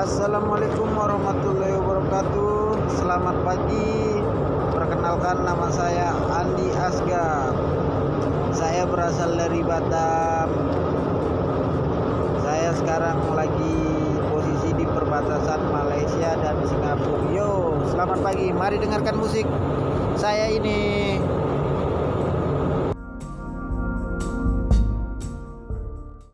Assalamualaikum warahmatullahi wabarakatuh. Selamat pagi. Perkenalkan, nama saya Andi Asgar. Saya berasal dari Batam. Saya sekarang lagi posisi di perbatasan Malaysia dan Singapura. Yo, selamat pagi. Mari dengarkan musik saya ini.